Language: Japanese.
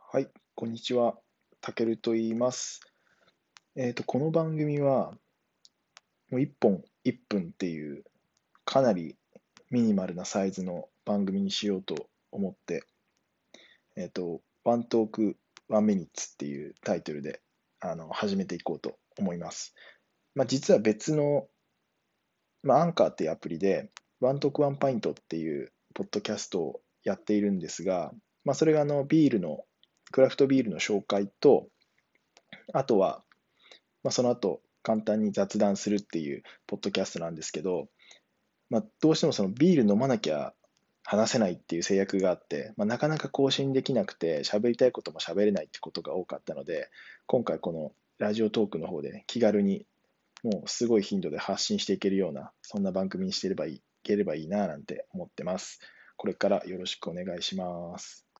はい、こんにちは。たけると言います。この番組は、もう1本1分っていう、かなりミニマルなサイズの番組にしようと思って、ワントークワンミニッツっていうタイトルで、始めていこうと思います。実は別の、アンカーっていうアプリで、ワントークワンパイントっていうポッドキャストをやっているんですが、それがクラフトビールの紹介と、あとは、その後、簡単に雑談するっていうポッドキャストなんですけど、どうしてもそのビール飲まなきゃ話せないっていう制約があって、なかなか更新できなくて、喋りたいことも喋れないってことが多かったので、今回このラジオトークの方で、気軽にもうすごい頻度で発信していけるような、そんな番組にしていければいいななんて思ってます。これからよろしくお願いします。